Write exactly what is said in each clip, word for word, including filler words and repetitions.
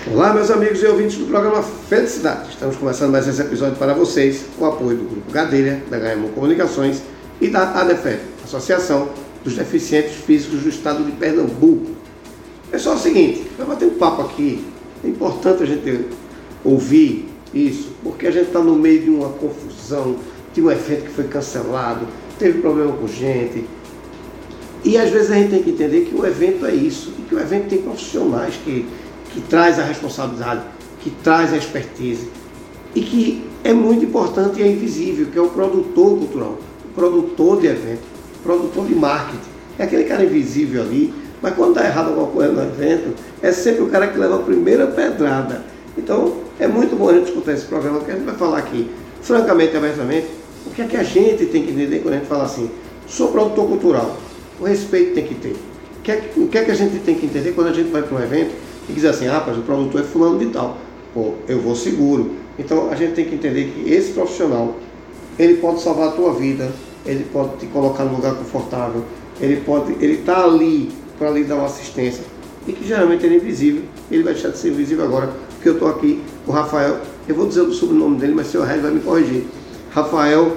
Olá, meus amigos e ouvintes do programa Felicidade. Estamos começando mais esse episódio para vocês com o apoio do Grupo Gadelha, da H M O Comunicações e da ADEFEP, Associação dos Deficientes Físicos do Estado de Pernambuco. É só o seguinte, vai bater um papo aqui. É importante a gente ouvir isso, porque a gente está no meio de uma confusão, de um evento que foi cancelado, teve problema com gente. E às vezes a gente tem que entender que o evento é isso, e que o evento tem profissionais que, que traz a responsabilidade, que traz a expertise, e que é muito importante e é invisível, que é o produtor cultural, o produtor de evento, o produtor de marketing. É aquele cara invisível ali, mas quando está errado alguma coisa no evento, é sempre o cara que leva a primeira pedrada. Então é muito bom a gente escutar esse programa, porque a gente vai falar aqui, francamente e abertamente, o que é que a gente tem que entender quando a gente fala assim, sou produtor cultural. O respeito tem que ter. O que, é, o que é que a gente tem que entender quando a gente vai para um evento e diz assim, ah, rapaz, o produtor é fulano de tal. Pô, eu vou seguro. Então a gente tem que entender que esse profissional, ele pode salvar a tua vida, ele pode te colocar num lugar confortável, ele pode, ele está ali para lhe dar uma assistência. E que geralmente ele é invisível, ele vai deixar de ser invisível agora, porque eu estou aqui, o Rafael, eu vou dizer o sobrenome dele, mas o senhor Regis vai me corrigir. Rafael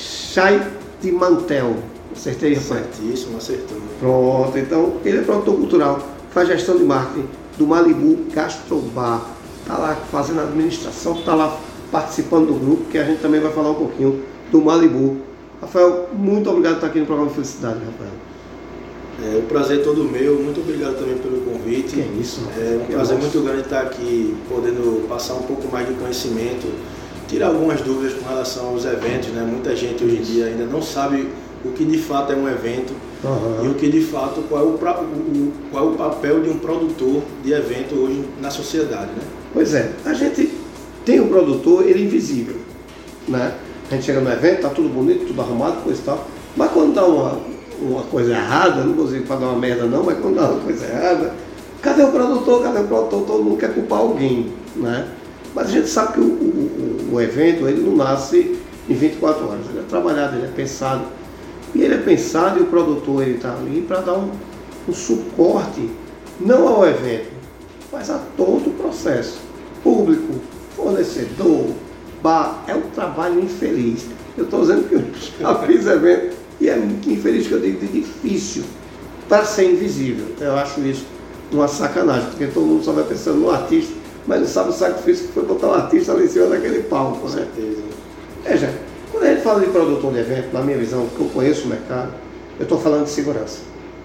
Chaitimantel. Acertei, Rafael? Certíssimo, acertou. Pronto, então ele é produtor cultural, faz gestão de marketing do Malibu Gastrobar, está lá fazendo a administração, está lá participando do grupo, que a gente também vai falar um pouquinho do Malibu. Rafael, muito obrigado por estar aqui no programa Felicidade, Rafael. É, o prazer é todo meu, muito obrigado também pelo convite. Que é isso, É um que prazer nosso. muito grande estar aqui, podendo passar um pouco mais de conhecimento, tirar algumas dúvidas com relação aos eventos, né? Muita gente hoje em dia ainda não sabe o que de fato é um evento Uhum. e o que de fato, qual é o, pra- o- qual é o papel de um produtor de evento hoje na sociedade, né? Pois é, a gente tem um produtor, ele é invisível, né? A gente chega no evento, tá tudo bonito, tudo arrumado, coisa e tal, mas quando dá uma, uma coisa errada, não vou dizer para dar uma merda não, mas quando dá uma coisa errada, cadê o produtor, cadê o produtor? Todo mundo quer culpar alguém, né? Mas a gente sabe que o, o, o evento, ele não nasce em vinte e quatro horas, ele é trabalhado, ele é pensado, e ele é pensado e o produtor ele está ali para dar um, um suporte, não ao evento, mas a todo o processo. Público, fornecedor, bar, é um trabalho infeliz. Eu estou dizendo que eu já fiz evento e é muito infeliz, que eu digo de difícil para ser invisível. Eu acho isso uma sacanagem, porque todo mundo só vai pensando no artista, mas não sabe o sacrifício que foi botar um artista ali em cima daquele palco. Com Né? certeza. Veja, quando a gente fala de produtor de evento, na minha visão, que eu conheço o mercado, eu estou falando de segurança.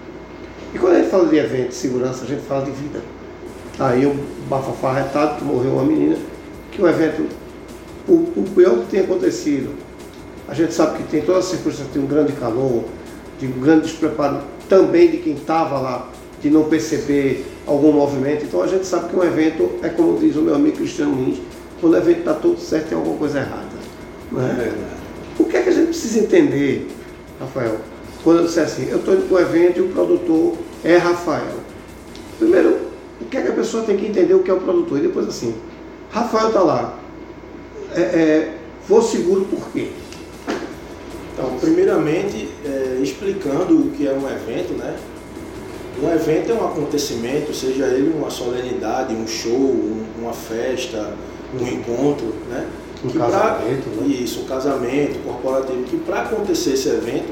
E quando a gente fala de evento, de segurança, a gente fala de vida. Aí um bafafá retado, que morreu uma menina, que o evento, o, o pior que tem acontecido, a gente sabe que tem toda a circunstância, tem um grande calor, de um grande despreparo também de quem estava lá, de não perceber algum movimento. Então a gente sabe que um evento é como diz o meu amigo Cristiano Lins, quando o evento está tudo certo, tem alguma coisa errada. Não é? É verdade. O que é que a gente precisa entender, Rafael, quando eu disser assim, eu estou indo para o evento e o produtor é Rafael? Primeiro, o que é que a pessoa tem que entender o que é o produtor? E depois assim, Rafael está lá, é, é, vou seguro por quê? Então, primeiramente, é, explicando o que é um evento, né? Um evento é um acontecimento, seja ele uma solenidade, um show, um- uma festa, um encontro, né? Um Que pra- casamento, né? Isso, um casamento corporativo, que para acontecer esse evento,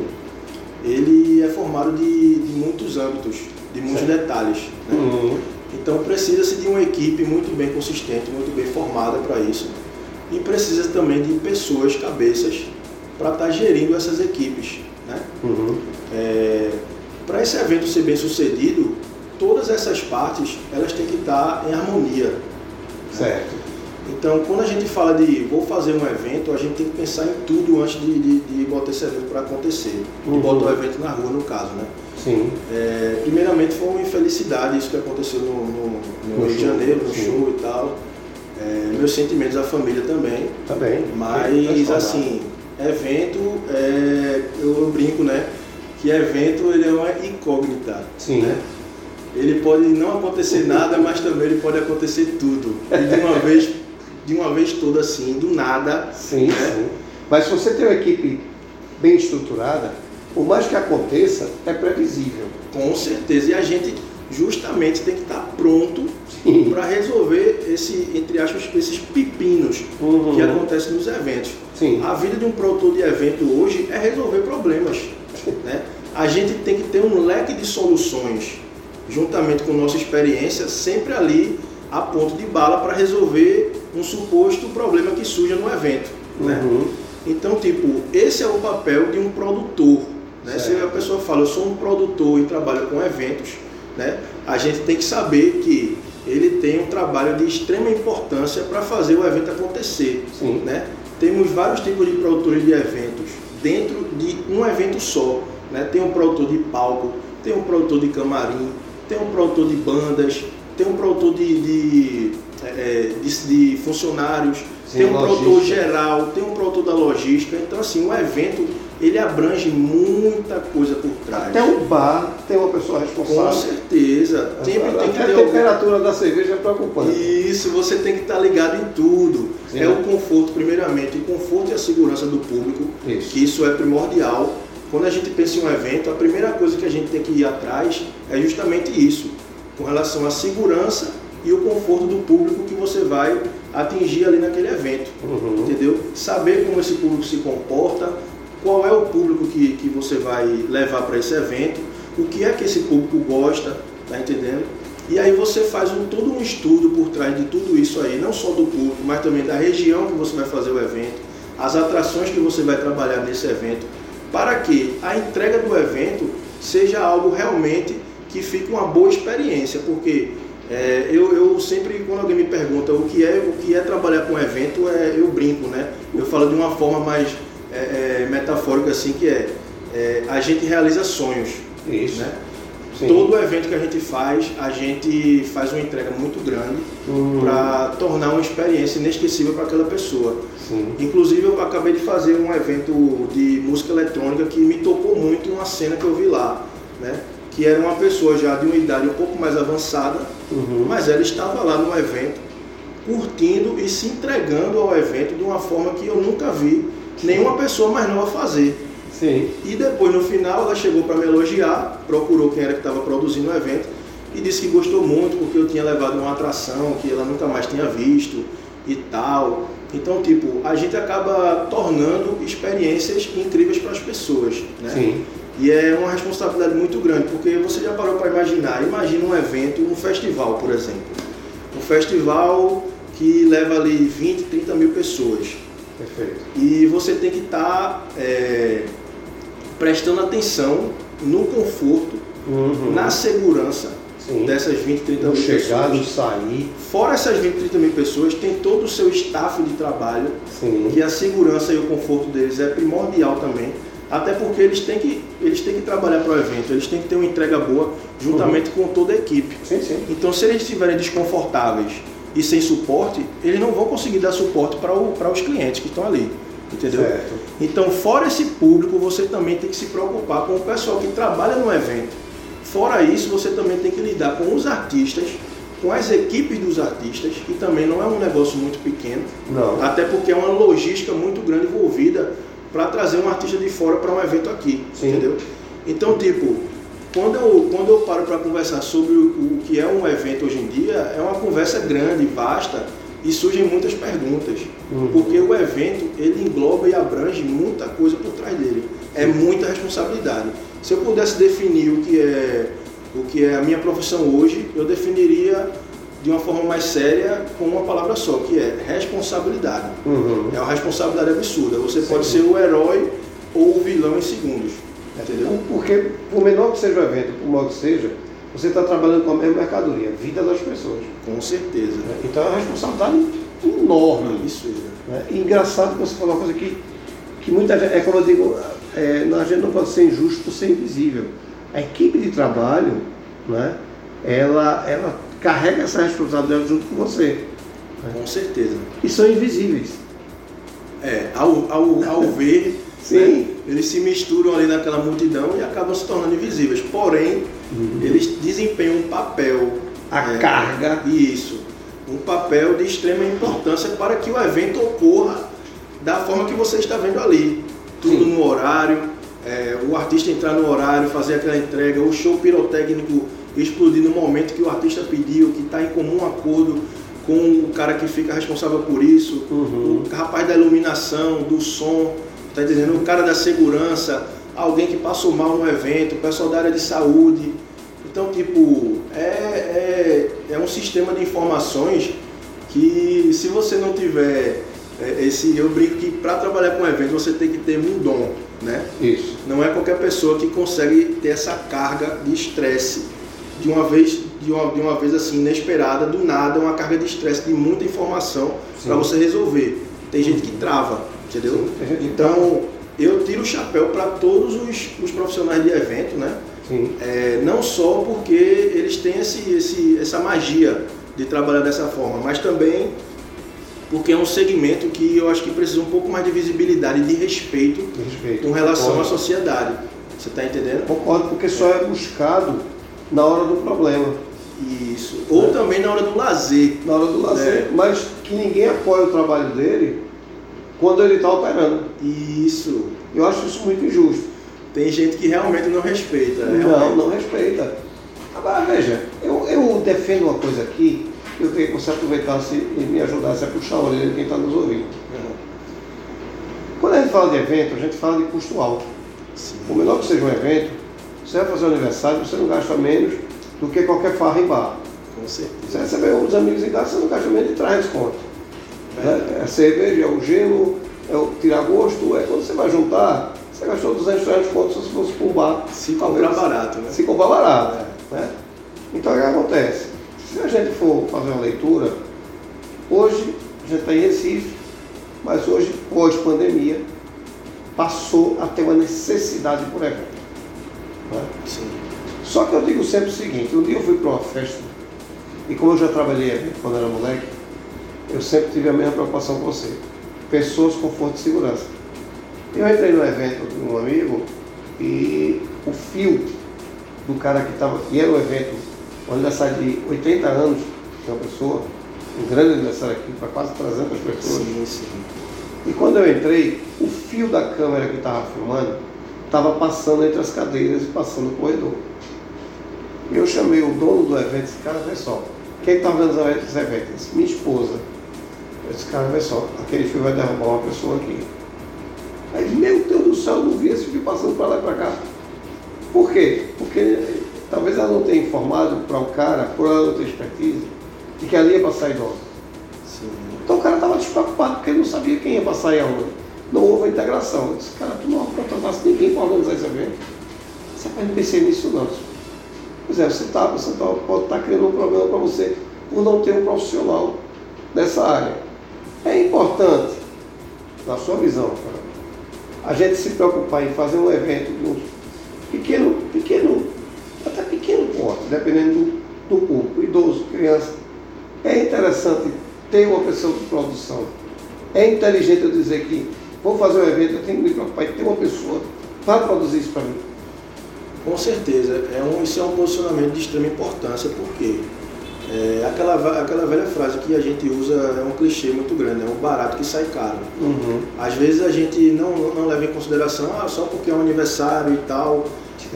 ele é formado de, de muitos âmbitos, de muitos Certo. detalhes, né? Uhum. Então precisa-se de uma equipe muito bem consistente, muito bem formada para isso. E precisa também de pessoas, cabeças, para estar gerindo essas equipes, né? Uhum. É, para esse evento ser bem sucedido, todas essas partes elas têm que estar em harmonia. Certo. Então, quando a gente fala de vou fazer um evento, a gente tem que pensar em tudo antes de, de, de botar esse evento para acontecer. Uhum. De botar o evento na rua, no caso, né? Sim. É, primeiramente foi uma infelicidade isso que aconteceu no, no, no No Rio de show, Janeiro, no sim. show e tal. É, meus sentimentos à família também. Tá bem. Mas assim, evento, é, eu, eu brinco, né? Que evento ele é uma incógnita. Sim. Né? Ele pode não acontecer nada, mas também ele pode acontecer tudo. E de uma vez, de uma vez toda assim, do nada. Sim, né? sim. Mas se você tem uma equipe bem estruturada, por mais que aconteça, é previsível. Com certeza. E a gente justamente tem que estar pronto Sim. para resolver esse, entre aspas, esses pepinos uhum. que acontecem nos eventos. Sim. A vida de um produtor de evento hoje é resolver problemas, né? A gente tem que ter um leque de soluções, juntamente com nossa experiência, sempre ali a ponto de bala para resolver um suposto problema que surja no evento, uhum. né? Então, tipo, esse é o papel de um produtor, né? Se a pessoa fala, eu sou um produtor e trabalho com eventos, né? A gente tem que saber que ele tem um trabalho de extrema importância para fazer o evento acontecer, Sim. né? Temos vários tipos de produtores de eventos dentro de um evento só, né? Tem um produtor de palco, tem um produtor de camarim, tem um produtor de bandas, tem um produtor de, de, é, de, de funcionários, Sim, tem um logística. produtor geral, tem um produtor da logística. Então, assim, um evento, ele abrange muita coisa por trás. Até o bar tem uma pessoa responsável. Com certeza. Sempre Até tem que a ter temperatura algum... da cerveja é preocupante. Isso, você tem que estar ligado em tudo. Sim. É o conforto, primeiramente, o conforto e a segurança do público, isso. que isso é primordial. Quando a gente pensa em um evento, a primeira coisa que a gente tem que ir atrás é justamente isso, com relação à segurança e o conforto do público que você vai atingir ali naquele evento, uhum. entendeu? Saber como esse público se comporta, qual é o público que, que você vai levar para esse evento, o que é que esse público gosta, tá entendendo? E aí você faz um, todo um estudo por trás de tudo isso aí, não só do público, mas também da região que você vai fazer o evento, as atrações que você vai trabalhar nesse evento, para que a entrega do evento seja algo realmente que fique uma boa experiência, porque é, eu, eu sempre, quando alguém me pergunta o que é, o que é trabalhar com evento, é, eu brinco, né? Eu falo de uma forma mais é, é, metafórica assim, que é, é a gente realiza sonhos. Isso. Né? Sim. Todo evento que a gente faz, a gente faz uma entrega muito grande uhum. para tornar uma experiência inesquecível para aquela pessoa. Sim. Inclusive, eu acabei de fazer um evento de música eletrônica que me tocou muito uma cena que eu vi lá, né? Que era uma pessoa já de uma idade um pouco mais avançada, uhum. mas ela estava lá no evento, curtindo e se entregando ao evento de uma forma que eu nunca vi nenhuma pessoa mais nova fazer. Sim. E depois, no final, ela chegou para me elogiar, procurou quem era que estava produzindo o evento e disse que gostou muito porque eu tinha levado uma atração que ela nunca mais tinha visto e tal. Então, tipo, a gente acaba tornando experiências incríveis para as pessoas, né? Sim. E é uma responsabilidade muito grande, porque você já parou para imaginar, imagina um evento, um festival, por exemplo. Um festival que leva ali vinte, trinta mil pessoas. Perfeito. E você tem que estar tá, é, prestando atenção no conforto, uhum. na segurança Sim. dessas vinte, trinta mil pessoas. Chegar, no sair. Fora essas vinte, trinta mil pessoas, tem todo o seu staff de trabalho, Sim. que a segurança e o conforto deles é primordial também. Até porque eles têm que, eles têm que trabalhar para o evento, eles têm que ter uma entrega boa juntamente uhum. com toda a equipe. Sim, sim. Então, se eles estiverem desconfortáveis e sem suporte, eles não vão conseguir dar suporte para os clientes que estão ali, entendeu? Certo. Então, fora esse público, você também tem que se preocupar com o pessoal que trabalha no evento. Fora isso, você também tem que lidar com os artistas, com as equipes dos artistas, que também não é um negócio muito pequeno, não. Até porque é uma logística muito grande envolvida para trazer um artista de fora para um evento aqui, Sim. entendeu? Então, tipo, quando eu, quando eu paro para conversar sobre o, o que é um evento hoje em dia, é uma conversa grande, vasta, e surgem muitas perguntas, uhum. porque o evento, ele engloba e abrange muita coisa por trás dele, é muita responsabilidade. Se eu pudesse definir o que é, o que é a minha profissão hoje, eu definiria de uma forma mais séria com uma palavra só, que é responsabilidade. Uhum. É uma responsabilidade absurda. Você Sim. pode ser o herói ou o vilão em segundos. Entendeu? Porque, por menor que seja o evento, por maior que seja, você está trabalhando com a mesma mercadoria, a vida das pessoas. Com certeza. Então é uma responsabilidade enorme. Isso né? E engraçado que você falou uma coisa que, que muita gente, é como eu digo, é, a gente não pode ser injusto por ser invisível. A equipe de trabalho, né, ela, ela carrega essa responsabilidade junto com você. Com certeza. E são invisíveis. É, ao, ao, ao ver, Sim. Né, eles se misturam ali naquela multidão e acabam se tornando invisíveis. Porém, uhum. eles desempenham um papel. A é, carga. Isso. Um papel de extrema importância para que o evento ocorra da forma que você está vendo ali. Tudo Sim. no horário, é, o artista entrar no horário, fazer aquela entrega, o show pirotécnico explodir no momento que o artista pediu, que está em comum acordo com o cara que fica responsável por isso, Uhum. o rapaz da iluminação, do som, tá entendendo? O cara da segurança, alguém que passou mal no evento, o pessoal da área de saúde. Então, tipo, é, é, é um sistema de informações que, se você não tiver é, esse... Eu brinco que para trabalhar com evento você tem que ter um dom, né? Isso. Não é qualquer pessoa que consegue ter essa carga de estresse de uma vez, de uma, de uma vez assim, inesperada, do nada, uma carga de estresse, de muita informação para você resolver. Tem gente que trava, entendeu? Sim, então, eu tiro o chapéu para todos os, os profissionais de evento, né? Sim. É, não só porque eles têm esse, esse, essa magia de trabalhar dessa forma, mas também porque é um segmento que eu acho que precisa um pouco mais de visibilidade e de respeito, De respeito. com relação Concordo. à sociedade. Você está entendendo? Concordo, porque só é buscado na hora do problema, Isso. Ou É. também na hora do lazer. na hora do lazer, É. mas que ninguém apoia o trabalho dele quando ele está operando. Isso. Eu acho isso muito injusto. Tem gente que realmente não respeita. Não, realmente. não respeita. Agora veja, eu, eu defendo uma coisa aqui, eu queria que você aproveitasse e me ajudasse a puxar a orelha de quem está nos ouvindo. Uhum. Quando a gente fala de evento, a gente fala de custo alto. Sim. Por menor que seja um evento, você vai fazer um aniversário, você não gasta menos do que qualquer farra em bar. Com certeza. Você recebeu uns amigos em casa, você não gasta menos de trezentos conto. Né? É a cerveja, é o gelo, é o tirar gosto, é quando você vai juntar, você gastou duzentos, trezentos conto se fosse por bar. Se Talvez- comprar barato, né? Se comprar barato. Né? Então o que acontece? Se a gente for fazer uma leitura, hoje a gente está em Recife, mas hoje, pós-pandemia, passou a ter uma necessidade por evento. Né? Sim. Só que eu digo sempre o seguinte, um dia eu fui para uma festa, e como eu já trabalhei em evento quando era moleque, eu sempre tive a mesma preocupação com você. Pessoas, conforto e segurança. Eu entrei no evento de um amigo e o fio do cara que estava, que era um evento, um aniversário de oitenta anos de uma pessoa, um grande aniversário aqui para quase trezentas pessoas. Sim, sim. E quando eu entrei, o fio da câmera que estava filmando estava passando entre as cadeiras e passando no corredor. E eu chamei o dono do evento e disse, cara, vê só, quem está organizando esse evento? Ele disse, minha esposa. Eu disse, cara, vê só, aquele fio vai derrubar uma pessoa aqui. Aí, meu Deus do céu, eu não vi esse fio passando para lá e para cá. Por quê? Porque talvez ela não tenha informado para o cara, por ela não ter expertise, de que ali ia passar idosa. Sim. Então o cara estava despreocupado porque ele não sabia quem ia passar e aonde. Não houve a integração. Eu disse, cara, tu não contratasse ninguém para organizar esse evento. Você pode não pensar nisso não. Pois é, você, tá, você tá, pode estar tá criando um problema para você por não ter um profissional nessa área. É importante, na sua visão, cara, a gente se preocupar em fazer um evento de um pequeno, pequeno, até pequeno porte, dependendo do, do público, idoso, criança. É interessante ter uma pessoa de produção. É inteligente eu dizer que vou fazer um evento, eu tenho que me preocupar em ter uma pessoa para produzir isso para mim. Com certeza, é um, isso é um posicionamento de extrema importância, porque é, aquela, aquela velha frase que a gente usa é um clichê muito grande, é um barato que sai caro. Uhum. Às vezes a gente não, não leva em consideração, ah, só porque é um aniversário e tal,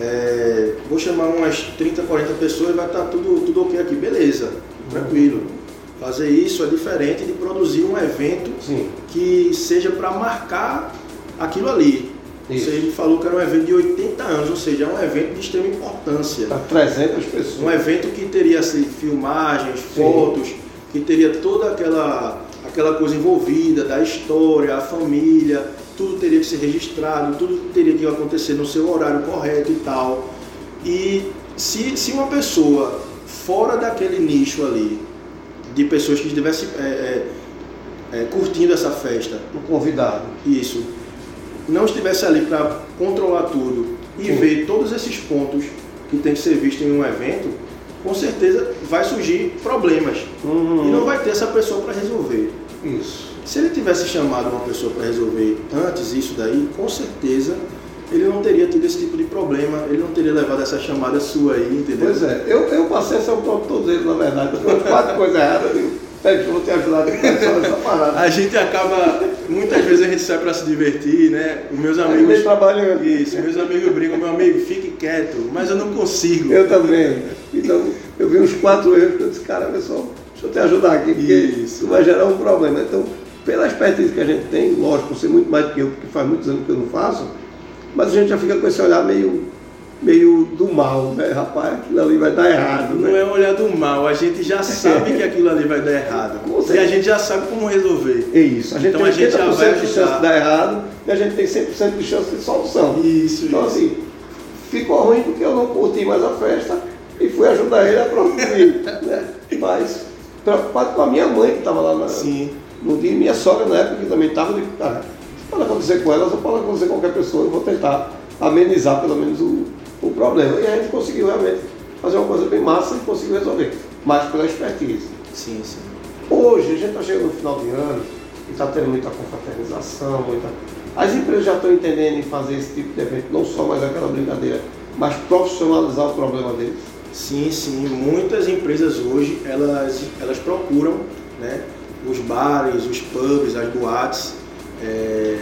é, vou chamar umas trinta, quarenta pessoas e vai estar tudo, tudo ok aqui, beleza, tranquilo. Fazer isso é diferente de produzir um evento Sim. que seja para marcar aquilo ali. Isso. Você falou que era um evento de oitenta anos, ou seja, é um evento de extrema importância. Para trezentas pessoas. Um evento que teria assim, filmagens, Sim. fotos, que teria toda aquela, aquela coisa envolvida, da história, a família, tudo teria que ser registrado, tudo teria que acontecer no seu horário correto e tal. E se, se uma pessoa fora daquele nicho ali, de pessoas que estivessem é, é, é, curtindo essa festa, O convidado. isso, não estivesse ali para controlar tudo e Sim. ver todos esses pontos que tem que ser visto em um evento, com certeza vai surgir problemas. Uhum. E não vai ter essa pessoa para resolver. Isso. Se ele tivesse chamado uma pessoa para resolver antes isso daí, com certeza ele não teria tido esse tipo de problema, ele não teria levado essa chamada sua aí, entendeu? Pois é, eu, eu passei a ser o produtor dele, na verdade. Eu fiz quatro coisas erradas, eu digo, peraí, eu vou te ajudar a pensar nessa parada. A gente acaba, muitas vezes a gente sai para se divertir, né? Os meus Aí amigos... vem trabalhando. Isso, meus amigos brincam, meu amigo, fique quieto, mas eu não consigo. Eu também. Então, eu vi uns quatro erros, eu disse, cara, pessoal, deixa eu te ajudar aqui, porque Isso. isso vai gerar um problema. Então, pela expertise que a gente tem, lógico, você muito mais do que eu, porque faz muitos anos que eu não faço, mas a gente já fica com esse olhar meio, meio do mal, né? Rapaz, aquilo ali vai dar errado. Não né? é um olhar do mal, a gente já sabe que aquilo ali vai dar errado. E a gente já sabe como resolver. É isso, a gente Então, tem a gente já oitenta por cento vai de chance de dar errado e a gente tem cem por cento de chance de solução. Isso, Então, isso. assim, ficou ruim porque eu não curti mais a festa e fui ajudar ele a produzir. né? Mas, preocupado com a minha mãe que estava lá na, Sim. no dia, e minha sogra na época que também estava, de cara, se pode acontecer com elas ou pode acontecer com qualquer pessoa, eu vou tentar amenizar pelo menos o, o problema. E a gente conseguiu realmente fazer uma coisa bem massa e conseguiu resolver, mas pela expertise. Sim, sim. Hoje, a gente está chegando no final de ano e está tendo muita confraternização, muita... As empresas já estão entendendo em fazer esse tipo de evento, não só mais aquela brincadeira, mas profissionalizar o problema deles. Sim, sim. Muitas empresas hoje, elas, elas procuram, né, os bares, os pubs, as boates, é,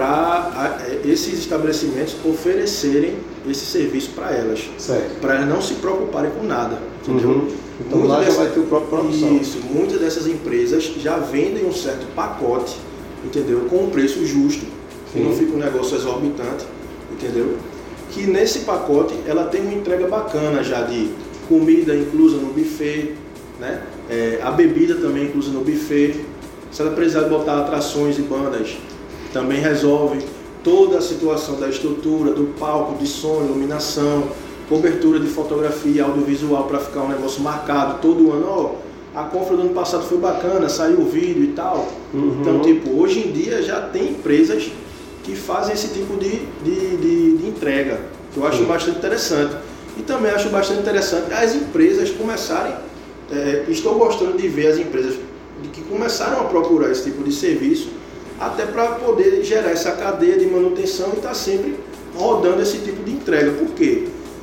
para esses estabelecimentos oferecerem esse serviço para elas. Certo. Para elas não se preocuparem com nada. Entendeu? Uhum. Então Muitas lá já dessas- vai ter o próprio produção. Isso, muitas dessas empresas já vendem um certo pacote, entendeu? Com um preço justo, que Sim. não fica um negócio exorbitante, entendeu? Que nesse pacote ela tem uma entrega bacana já de comida inclusa no buffet, né? É, a bebida também inclusa no buffet. Se ela precisar botar atrações e bandas, também resolve toda a situação da estrutura, do palco, de som, iluminação, cobertura de fotografia, audiovisual para ficar um negócio marcado todo ano. Ó, a confra do ano passado foi bacana, saiu o vídeo e tal. Uhum. Então, tipo, hoje em dia já tem empresas que fazem esse tipo de, de, de, de entrega, que eu acho Sim. bastante interessante. E também acho bastante interessante as empresas começarem, é, estou gostando de ver as empresas que começaram a procurar esse tipo de serviço, até para poder gerar essa cadeia de manutenção e estar sempre rodando esse tipo de entrega. Por quê?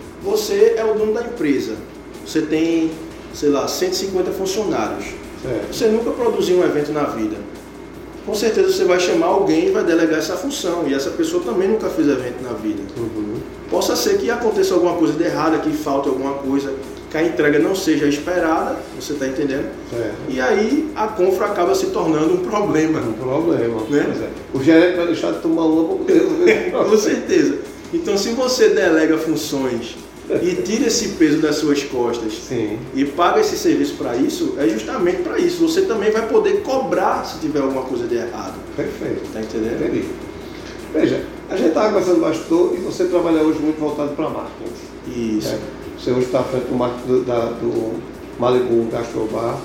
Você é o dono da empresa, você tem, sei lá, cento e cinquenta funcionários, Certo. você nunca produziu um evento na vida. Com certeza você vai chamar alguém e vai delegar essa função, e essa pessoa também nunca fez evento na vida. Uhum. Possa ser que aconteça alguma coisa de errada, que falte alguma coisa, que a entrega não seja esperada, você está entendendo? Certo. E aí a confra acaba se tornando um problema. Um problema. Né? Pois é. O gerente vai deixar de tomar uma para poder resolver. Com certeza. Então, se você delega funções e tira esse peso das suas costas Sim. e paga esse serviço para isso, é justamente para isso. Você também vai poder cobrar se tiver alguma coisa de errado. Perfeito. Tá entendendo? Entendi. Veja, a gente estava conversando bastante e você trabalha hoje muito voltado para marketing. Isso. É. Você hoje está à frente do marketing do, da, do Malibu Gastrobar.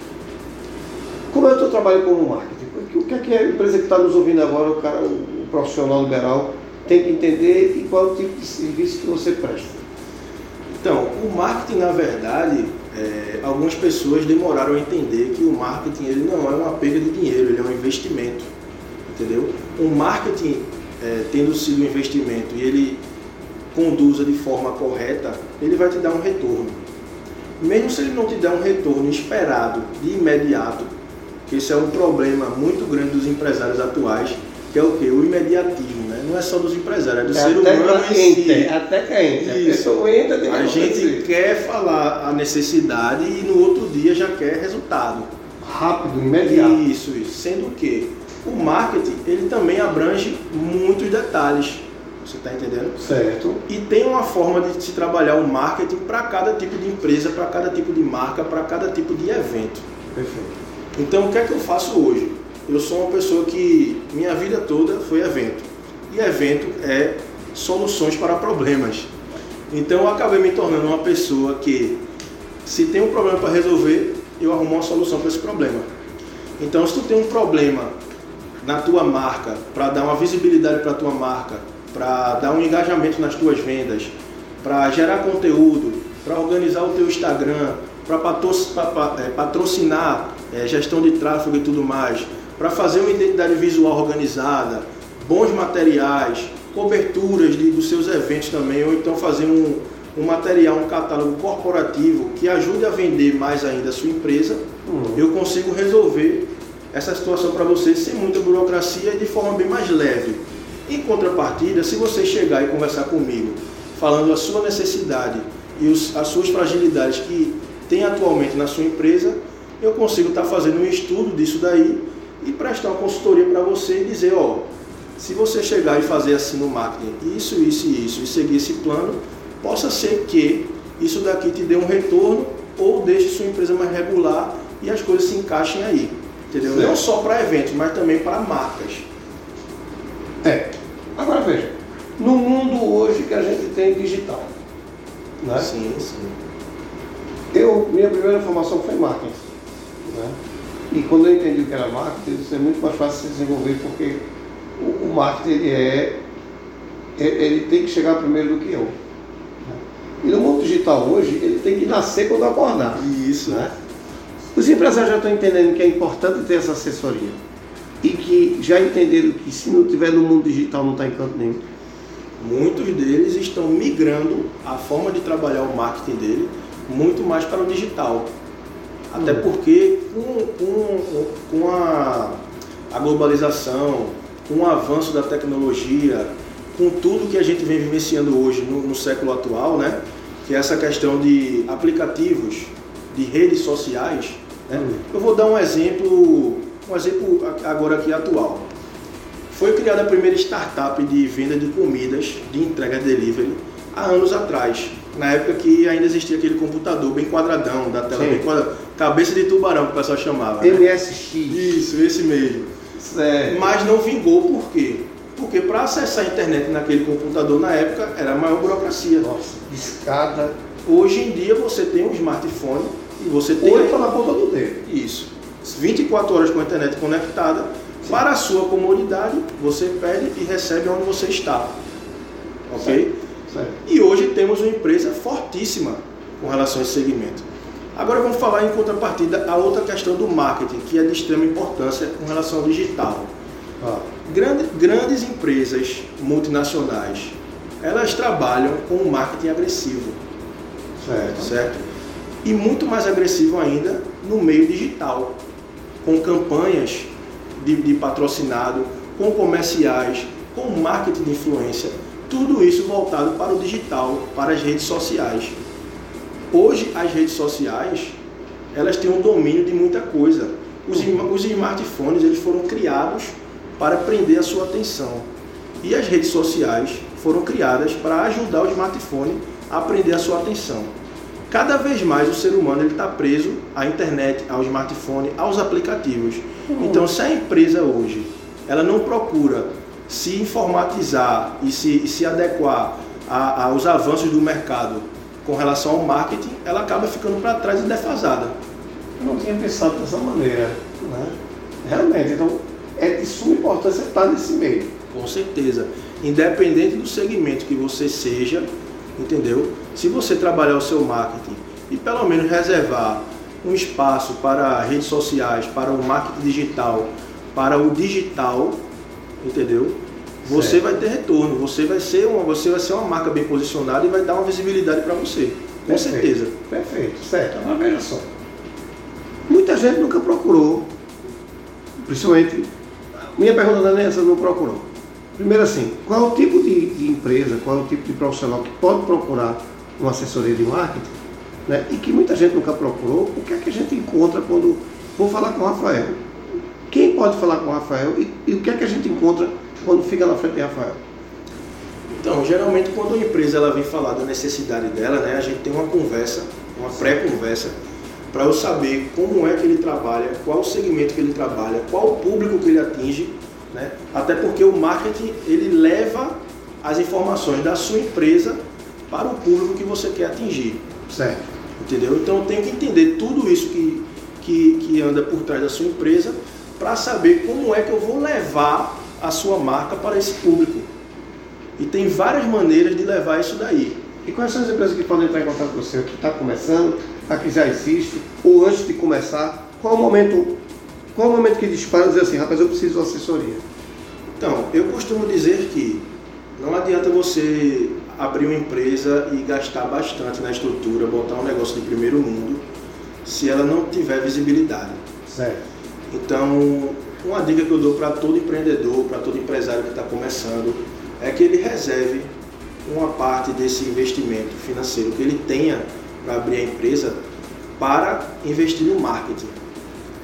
Como é o teu trabalho como marketing? O que é que a empresa que está nos ouvindo agora, o cara, o profissional liberal, tem que entender e qual é o tipo de serviço que você presta? Então, o marketing, na verdade, é, algumas pessoas demoraram a entender que o marketing ele não é uma perda de dinheiro, ele é um investimento, entendeu? O marketing, é, tendo sido um investimento e ele conduza de forma correta, ele vai te dar um retorno. Mesmo se ele não te der um retorno esperado de imediato, que esse é um problema muito grande dos empresários atuais, que é o quê? O imediatismo, né? Não é só dos empresários, é do É ser até humano pra em si. quem, até quem. A Isso. pessoa entra, tem que A gente acontecer. quer falar a necessidade e no outro dia já quer resultado. Rápido, imediato. Isso, isso. Sendo que o marketing, ele também abrange muitos detalhes. Você está entendendo? Certo. E tem uma forma de se trabalhar o marketing para cada tipo de empresa, para cada tipo de marca, para cada tipo de evento. Perfeito. Então, o que é que eu faço hoje? Eu sou uma pessoa que minha vida toda foi evento. E evento é soluções para problemas. Então, eu acabei me tornando uma pessoa que, se tem um problema para resolver, eu arrumo uma solução para esse problema. Então, se tu tem um problema na tua marca, para dar uma visibilidade para a tua marca, para dar um engajamento nas tuas vendas, para gerar conteúdo, para organizar o teu Instagram, para patrocinar é, gestão de tráfego e tudo mais, para fazer uma identidade visual organizada, bons materiais, coberturas de, dos seus eventos também, ou então fazer um, um material, um catálogo corporativo que ajude a vender mais ainda a sua empresa, uhum. Eu consigo resolver essa situação para você sem muita burocracia e de forma bem mais leve. Em contrapartida, se você chegar e conversar comigo, falando a sua necessidade e os, as suas fragilidades que tem atualmente na sua empresa, eu consigo estar fazendo um estudo disso daí e prestar uma consultoria para você e dizer, ó, se você chegar e fazer assim no marketing, isso, isso e isso, e seguir esse plano, possa ser que isso daqui te dê um retorno ou deixe sua empresa mais regular e as coisas se encaixem aí, entendeu? Certo. Não só para eventos, mas também para marcas. É. Agora veja, no mundo hoje que a gente tem digital, né? Sim, sim. Eu, minha primeira formação foi em marketing, né? E quando eu entendi o que era marketing, isso é muito mais fácil de se desenvolver, porque o, o marketing ele é, ele tem que chegar primeiro do que eu. Né? E no mundo digital hoje, ele tem que nascer quando acordar. Isso, né? Os empresários já estão entendendo que é importante ter essa assessoria e que já entenderam que se não tiver no mundo digital não está em canto nenhum. Muitos deles estão migrando a forma de trabalhar o marketing dele muito mais para o digital. Até porque com, com, com a, a globalização, com o avanço da tecnologia, com tudo que a gente vem vivenciando hoje no, no século atual, né? Que é essa questão de aplicativos, de redes sociais, né? Hum. Eu vou dar um exemplo, um exemplo agora aqui atual. Foi criada a primeira startup de venda de comidas, de entrega delivery, há anos atrás. Na época que ainda existia aquele computador bem quadradão, da tela Sim. bem quadrada, cabeça de tubarão que o pessoal chamava. M S X. Né? Isso, esse mesmo. Certo. Mas não vingou por quê? Porque para acessar a internet naquele computador na época era a maior burocracia. Nossa, discada. Hoje em dia você tem um smartphone e você tem... Ou está na ponta do dedo. Isso. vinte e quatro horas com a internet conectada. Sim. Para a sua comodidade, você pede e recebe onde você está. Ok? Certo. Certo. E hoje temos uma empresa fortíssima com relação a esse segmento. Agora vamos falar em contrapartida a outra questão do marketing, que é de extrema importância com relação ao digital. Ah. Grande, grandes empresas multinacionais, elas trabalham com um marketing agressivo. Certo. Certo? E muito mais agressivo ainda no meio digital, com campanhas de, de patrocinado, com comerciais, com marketing de influência. Tudo isso voltado para o digital, para as redes sociais. Hoje, as redes sociais, elas têm um domínio de muita coisa. Os, os smartphones, eles foram criados para prender a sua atenção. E as redes sociais foram criadas para ajudar o smartphone a prender a sua atenção. Cada vez mais o ser humano está preso à internet, ao smartphone, aos aplicativos. Uhum. Então, se a empresa hoje, ela não procura se informatizar e se, e se adequar a, aos avanços do mercado com relação ao marketing, ela acaba ficando para trás e defasada. Eu não tinha pensado dessa maneira, né? Realmente, então é de suma importância estar nesse meio. Com certeza. Independente do segmento que você seja, entendeu? Se você trabalhar o seu marketing e pelo menos reservar um espaço para redes sociais, para o marketing digital, para o digital, entendeu? Você certo. Vai ter retorno, você vai ser uma, você vai ser uma marca bem posicionada e vai dar uma visibilidade para você, com Perfeito. certeza. Perfeito, certo. Agora veja só. Muita gente nunca procurou, principalmente, minha pergunta não é essa, não procurou. Primeiro assim, qual é o tipo de, de empresa, qual é o tipo de profissional que pode procurar uma assessoria de marketing, né? E que muita gente nunca procurou, o que é que a gente encontra quando vou falar com o Rafael? Quem pode falar com o Rafael e, e o que é que a gente encontra quando fica na frente de Rafael? Então, geralmente quando a empresa ela vem falar da necessidade dela, né, a gente tem uma conversa, uma pré-conversa, para eu saber como é que ele trabalha, qual o segmento que ele trabalha, qual o público que ele atinge, né? Até porque o marketing ele leva as informações da sua empresa para o público que você quer atingir. Certo. Entendeu? Então eu tenho que entender tudo isso que, que, que anda por trás da sua empresa para saber como é que eu vou levar a sua marca para esse público. E tem várias maneiras de levar isso daí. E quais são as empresas que podem entrar em contato com você? Que está começando, a que já existe, ou antes de começar? Qual o momento, qual o momento que dispara e dizer assim, rapaz, eu preciso de assessoria? Então, eu costumo dizer que não adianta você abrir uma empresa e gastar bastante na estrutura, botar um negócio de primeiro mundo, se ela não tiver visibilidade. Certo. Então, uma dica que eu dou para todo empreendedor, para todo empresário que está começando, é que ele reserve uma parte desse investimento financeiro que ele tenha para abrir a empresa para investir no marketing.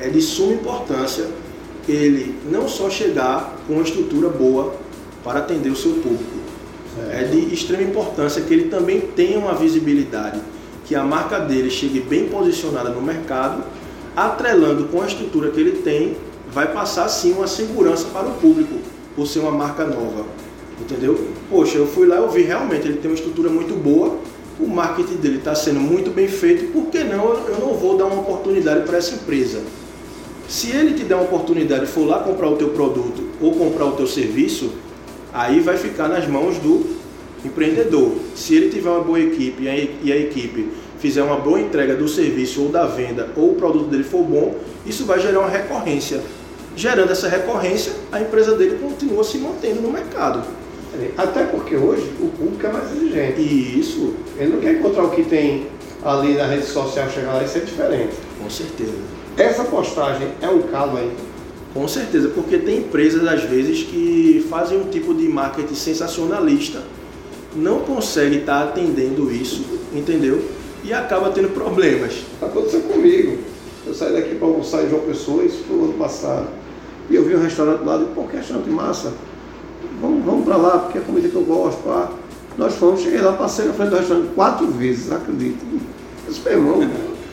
é de suma importância ele não só chegar com uma estrutura boa para atender o seu público. É, é de extrema importância que ele também tenha uma visibilidade, que a marca dele chegue bem posicionada no mercado, atrelando com a estrutura que ele tem, vai passar sim uma segurança para o público, por ser uma marca nova. Entendeu? Poxa, eu fui lá e eu vi realmente, ele tem uma estrutura muito boa, o marketing dele está sendo muito bem feito, por que não eu não vou dar uma oportunidade para essa empresa? Se ele te der uma oportunidade e for lá comprar o teu produto ou comprar o teu serviço, aí vai ficar nas mãos do empreendedor. Se ele tiver uma boa equipe e a equipe fizer uma boa entrega do serviço ou da venda, ou o produto dele for bom, isso vai gerar uma recorrência. Gerando essa recorrência, a empresa dele continua se mantendo no mercado. Até porque hoje o público é mais exigente. Isso. Ele não quer encontrar o que tem ali na rede social, chegar lá e ser diferente. Com certeza. Essa postagem é um calo aí? Com certeza, porque tem empresas às vezes que fazem um tipo de marketing sensacionalista, não consegue estar atendendo isso, entendeu? E acaba tendo problemas. Aconteceu comigo. Eu saí daqui para almoçar em João Pessoa, isso foi no ano passado. E eu vi um restaurante lá, e pô, que restaurante massa. Vamos, vamos para lá, porque é a comida que eu gosto. Pá. Nós fomos, cheguei lá, passei na frente do restaurante quatro vezes, acredito. Eu disse, meu irmão,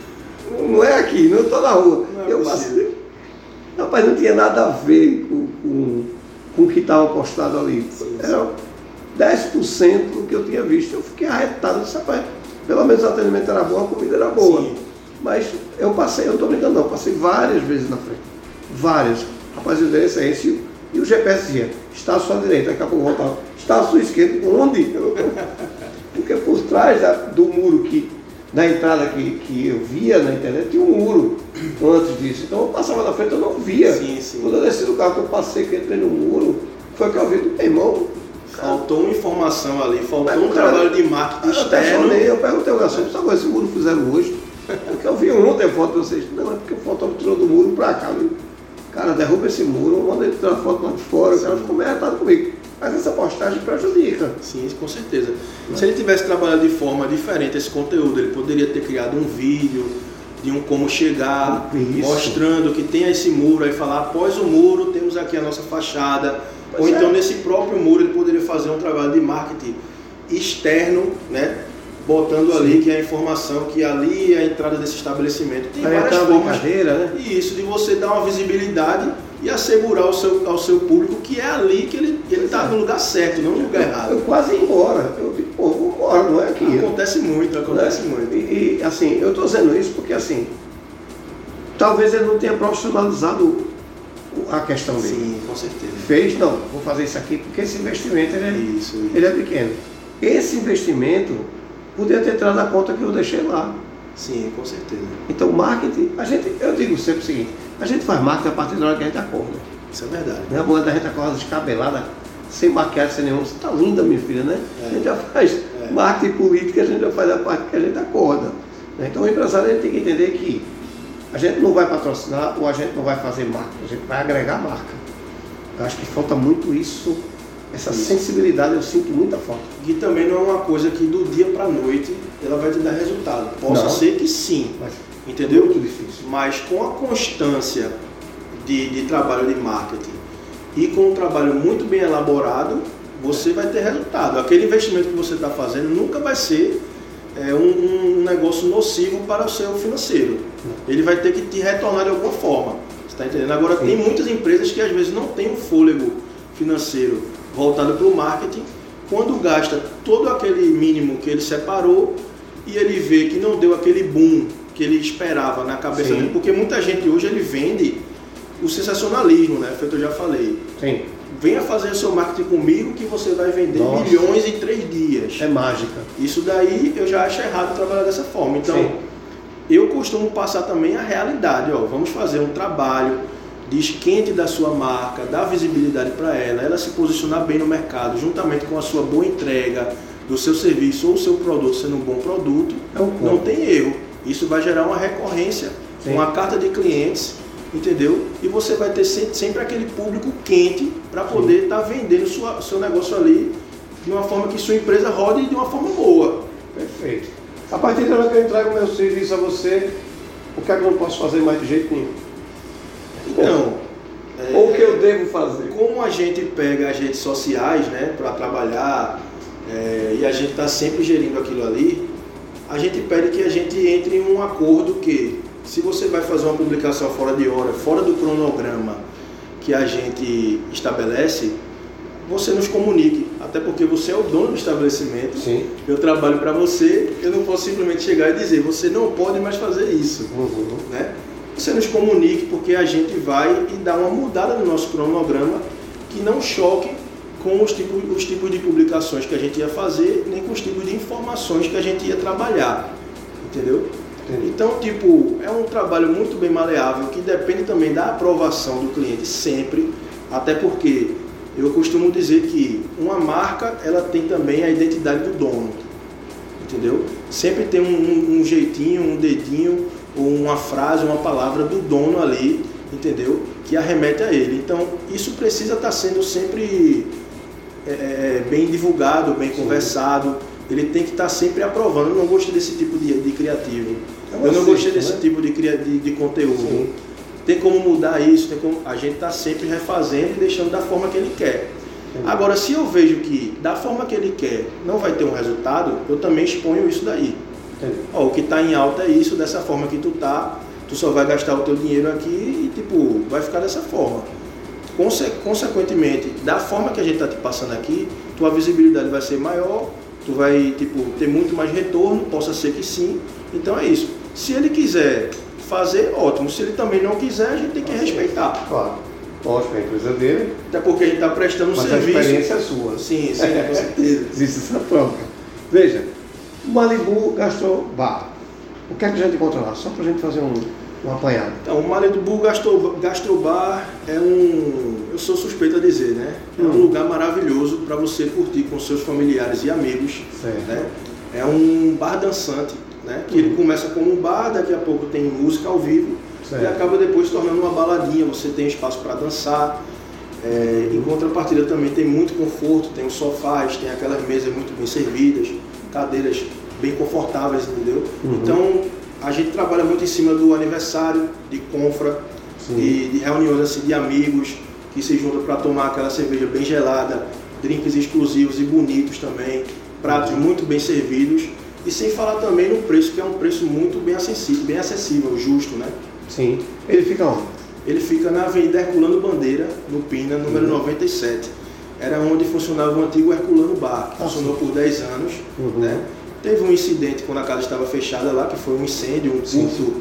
não é aqui, não estou na rua. Não é eu passei. Rapaz, não tinha nada a ver com, com, com o que estava postado ali. Era dez por cento do que eu tinha visto. Eu fiquei arretado, eu disse, rapaz, pelo menos o atendimento era bom, a comida era boa. Sim. Mas eu passei, eu não estou brincando não, passei várias vezes na frente. Várias. Rapaz, o endereço é esse. E o G P S dizia, está à sua direita, daqui a pouco voltava, está à sua esquerda, onde? Porque por trás da, do muro que, da entrada que, que eu via na internet, tinha um muro antes disso. Então eu passava na frente, eu não via. Sim, sim. Quando eu desci do carro, que eu passei, que entrei no muro, foi que eu vi do meu irmão. Faltou uma informação ali, faltou um cara, trabalho de marketing eu externo. Até eu perguntei ao garçom, sabe qual esse muro fizeram hoje? Porque eu vi ontem a foto de vocês. Não, é porque o fotógrafo tirou do muro pra cá. Viu? Cara, derruba esse muro, manda ele tirar a foto lá de fora. Sim. O cara ficou meio irritado comigo. Mas essa postagem prejudica. Sim, com certeza. Não. Se ele tivesse trabalhado de forma diferente esse conteúdo, ele poderia ter criado um vídeo de um como chegar, isso, mostrando que tem esse muro, aí falar, após o muro temos aqui a nossa fachada. Pois Ou é. Então nesse próprio muro ele poderia fazer um trabalho de marketing externo, né? Botando Sim. ali que é a informação, que ali é a entrada desse estabelecimento. Tem aí várias formas, né? E isso, de você dar uma visibilidade e assegurar ao seu, ao seu público que é ali que ele está no lugar certo, não no lugar errado. Eu quase ia embora. Eu digo, pô, vou embora, não é aqui. Acontece muito, acontece né? muito. E, e assim, eu estou dizendo isso porque assim, talvez ele não tenha profissionalizado a questão dele. Sim, com certeza. Fez, não, vou fazer isso aqui porque esse investimento ele é, isso, isso. Ele é pequeno. Esse investimento podia ter entrado na conta que eu deixei lá. Sim, com certeza. Então, marketing, a gente, eu digo sempre o seguinte, a gente faz marketing a partir da hora que a gente acorda. Isso é verdade. A mulher da gente acorda descabelada, sem maquiagem, sem nenhum. Você está linda, minha filha, né? É. A gente já faz é. marketing político, a gente já faz a parte que a gente acorda. Então, o empresário ele tem que entender que a gente não vai patrocinar ou a gente não vai fazer marca, a gente vai agregar marca. Eu acho que falta muito isso, essa isso. sensibilidade, eu sinto muita falta. E também não é uma coisa que do dia para a noite ela vai te dar resultado. Possa não. ser que sim, Mas entendeu? Muito difícil. Mas com a constância de, de trabalho de marketing e com um trabalho muito bem elaborado, você vai ter resultado. Aquele investimento que você está fazendo nunca vai ser é, um, um negócio nocivo para o seu financeiro. Ele vai ter que te retornar de alguma forma. Você está entendendo? Agora, sim. tem muitas empresas que às vezes não têm um fôlego financeiro voltado para o marketing, quando gasta todo aquele mínimo que ele separou e ele vê que não deu aquele boom que ele esperava na cabeça Sim. dele, porque muita gente hoje ele vende o sensacionalismo, né? Feito eu já falei. Sim. Venha fazer o seu marketing comigo que você vai vender Nossa. milhões em três dias. É mágica. Isso daí eu já acho errado trabalhar dessa forma. Então, Sim. eu costumo passar também a realidade. Ó, vamos fazer um trabalho de esquente da sua marca, dar visibilidade para ela, ela se posicionar bem no mercado, juntamente com a sua boa entrega do seu serviço ou seu produto sendo um bom produto, é um não tem erro. Isso vai gerar uma recorrência, Sim. uma carta de clientes, entendeu? E você vai ter sempre, sempre aquele público quente para poder estar tá vendendo sua, seu negócio ali de uma forma que sua empresa rode de uma forma boa. Perfeito. A partir da hora que eu entrego o meu serviço a você, o que é que eu não posso fazer mais de jeito nenhum? devo fazer? Como a gente pega as redes sociais, né, para trabalhar, é, e a gente está sempre gerindo aquilo ali, a gente pede que a gente entre em um acordo que, se você vai fazer uma publicação fora de hora, fora do cronograma que a gente estabelece, você nos comunique, até porque você é o dono do estabelecimento. Sim. Eu trabalho para você, eu não posso simplesmente chegar e dizer, você não pode mais fazer isso. Uhum. Né? Você nos comunique, porque a gente vai e dá uma mudada no nosso cronograma que não choque com os tipos, os tipos de publicações que a gente ia fazer, nem com os tipos de informações que a gente ia trabalhar, entendeu? Entendi. Então, tipo, é um trabalho muito bem maleável, que depende também da aprovação do cliente sempre, até porque eu costumo dizer que uma marca, ela tem também a identidade do dono, entendeu? Sempre tem um, um, um jeitinho, um dedinho, ou uma frase, uma palavra do dono ali, entendeu? Que arremete a ele. Então, isso precisa estar sendo sempre é, bem divulgado, bem Sim. conversado. Ele tem que estar sempre aprovando. Eu não gostei desse tipo de, de criativo. É eu não gostei desse né? tipo de, de, de conteúdo. Sim. Tem como mudar isso, tem como... a gente está sempre refazendo e deixando da forma que ele quer. Sim. Agora, se eu vejo que da forma que ele quer não vai ter um resultado, eu também exponho isso daí. Ó, o que está em alta é isso, dessa forma que tu tá, tu só vai gastar o teu dinheiro aqui e tipo, vai ficar dessa forma. Conse consequentemente, da forma que a gente está te passando aqui, tua visibilidade vai ser maior, tu vai tipo, ter muito mais retorno, possa ser que sim. Então é isso. Se ele quiser fazer, ótimo. Se ele também não quiser, a gente tem que respeitar. Claro. Lógico, é a empresa dele. Até porque a gente está prestando um mas serviço. A experiência é sua. Sim, sim, com certeza. Existe essa troca. Veja, Malibu Gastro Bar. O que é que a gente encontra lá? Só para a gente fazer um, um apanhado. Então, o Malibu Gastro, Gastro Bar é um, eu sou suspeito a dizer, né? É hum. um lugar maravilhoso para você curtir com seus familiares e amigos. Certo. Né? É um bar dançante, né? Que hum. ele começa como um bar, daqui a pouco tem música ao vivo certo. E acaba depois se tornando uma baladinha. Você tem espaço para dançar. É, em contrapartida também tem muito conforto, tem os sofás, tem aquelas mesas muito bem servidas, cadeiras bem confortáveis, entendeu? Uhum. Então, a gente trabalha muito em cima do aniversário, de confra, de, de reuniões assim, de amigos que se juntam para tomar aquela cerveja bem gelada, drinks exclusivos e bonitos também, pratos uhum. muito bem servidos, e sem falar também no preço, que é um preço muito bem acessível, bem acessível, justo, né? Sim. Ele fica onde? Ele fica na Avenida Herculano Bandeira, no Pina, número uhum. noventa e sete. Era onde funcionava o antigo Herculano Bar, que ah, funcionou sim. por dez anos. Uhum. Né? Teve um incidente quando a casa estava fechada lá, que foi um incêndio, um curto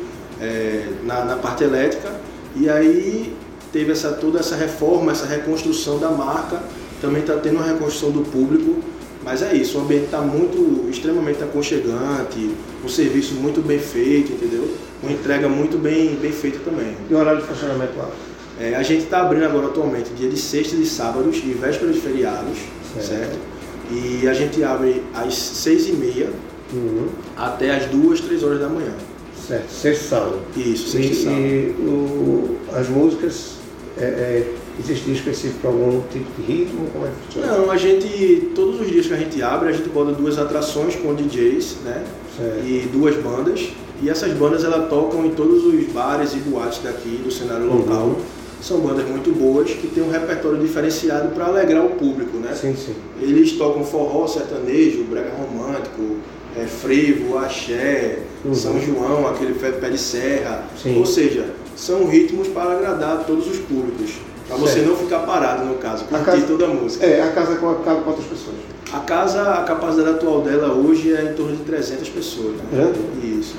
é, na, na parte elétrica. E aí teve essa, toda essa reforma, essa reconstrução da marca. Também está tendo uma reconstrução do público. Mas é isso, o ambiente está muito, extremamente aconchegante, um serviço muito bem feito, entendeu? Uma entrega muito bem, bem feita também. E o horário de funcionamento lá? É, a gente está abrindo agora atualmente dia de sexta e de sábados e véspera de feriados, certo? certo? E a gente abre às seis e meia uhum. até às duas, três horas da manhã. Certo, sexta e sábado. Isso, sexta e, e sábado. E o, as músicas, é, é, existe dia específico para algum tipo de ritmo? Como é que funciona? Não, a gente, todos os dias que a gente abre, a gente bota duas atrações com D Js, né? Certo. E duas bandas. E essas bandas elas tocam em todos os bares e boates daqui do cenário local. Uhum. São bandas muito boas que têm um repertório diferenciado para alegrar o público, né? Sim, sim. Eles tocam forró, sertanejo, brega romântico, é, frevo, axé, uhum. São João, aquele pé de serra. Sim. Ou seja, são ritmos para agradar todos os públicos. Para você não ficar parado, no caso, curtir casa, toda a música. É, a casa cabe quantas pessoas? A casa, a capacidade atual dela hoje é em torno de trezentas pessoas. Né? É? Isso.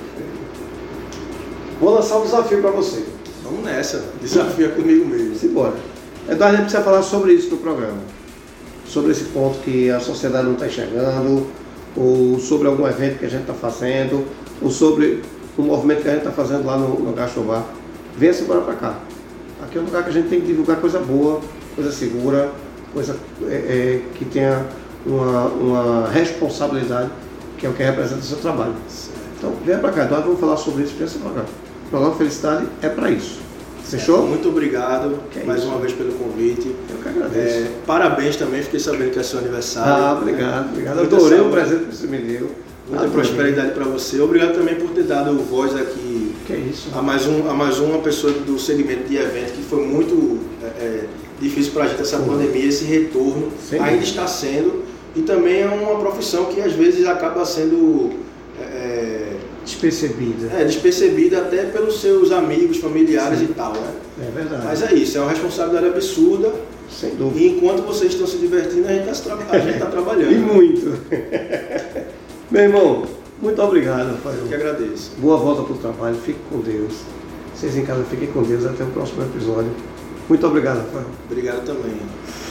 Vou lançar um desafio para você. Vamos nessa, desafio é comigo mesmo. Simbora. Eduardo, a gente precisa falar sobre isso no programa. Sobre esse ponto que a sociedade não está enxergando, ou sobre algum evento que a gente está fazendo, ou sobre um movimento que a gente está fazendo lá no, no Gastro Bar. Venha-se embora para cá. Aqui é um lugar que a gente tem que divulgar coisa boa, coisa segura, coisa é, é, que tenha uma, uma responsabilidade, que é o que representa o seu trabalho. Certo. Então, venha para cá, Eduardo, vamos falar sobre isso nesse programa. O programa Felicidade é para isso. Fechou? Certo. Muito obrigado que mais é uma vez pelo convite. Eu que agradeço. É, parabéns também, fiquei sabendo que é seu aniversário. Ah, obrigado, obrigado. Eu adorei o presente que você me deu. Muita prosperidade para você. Obrigado também por ter dado voz aqui Que é isso? A mais, um, a mais uma pessoa do segmento de evento que foi muito é, é, difícil para a gente essa uhum. pandemia, esse retorno Sim. ainda está sendo, e também é uma profissão que às vezes acaba sendo é, despercebida. É, despercebida até pelos seus amigos, familiares Sim. e tal, né? É verdade. Mas é isso, é uma responsabilidade absurda. Sem dúvida. E enquanto vocês estão se divertindo, a gente está tá trabalhando. E muito. Meu irmão, muito obrigado, Rafael. Eu que agradeço. Boa volta para o trabalho, fique com Deus. Vocês em casa fiquem com Deus, até o próximo episódio. Muito obrigado, Rafael. Obrigado também.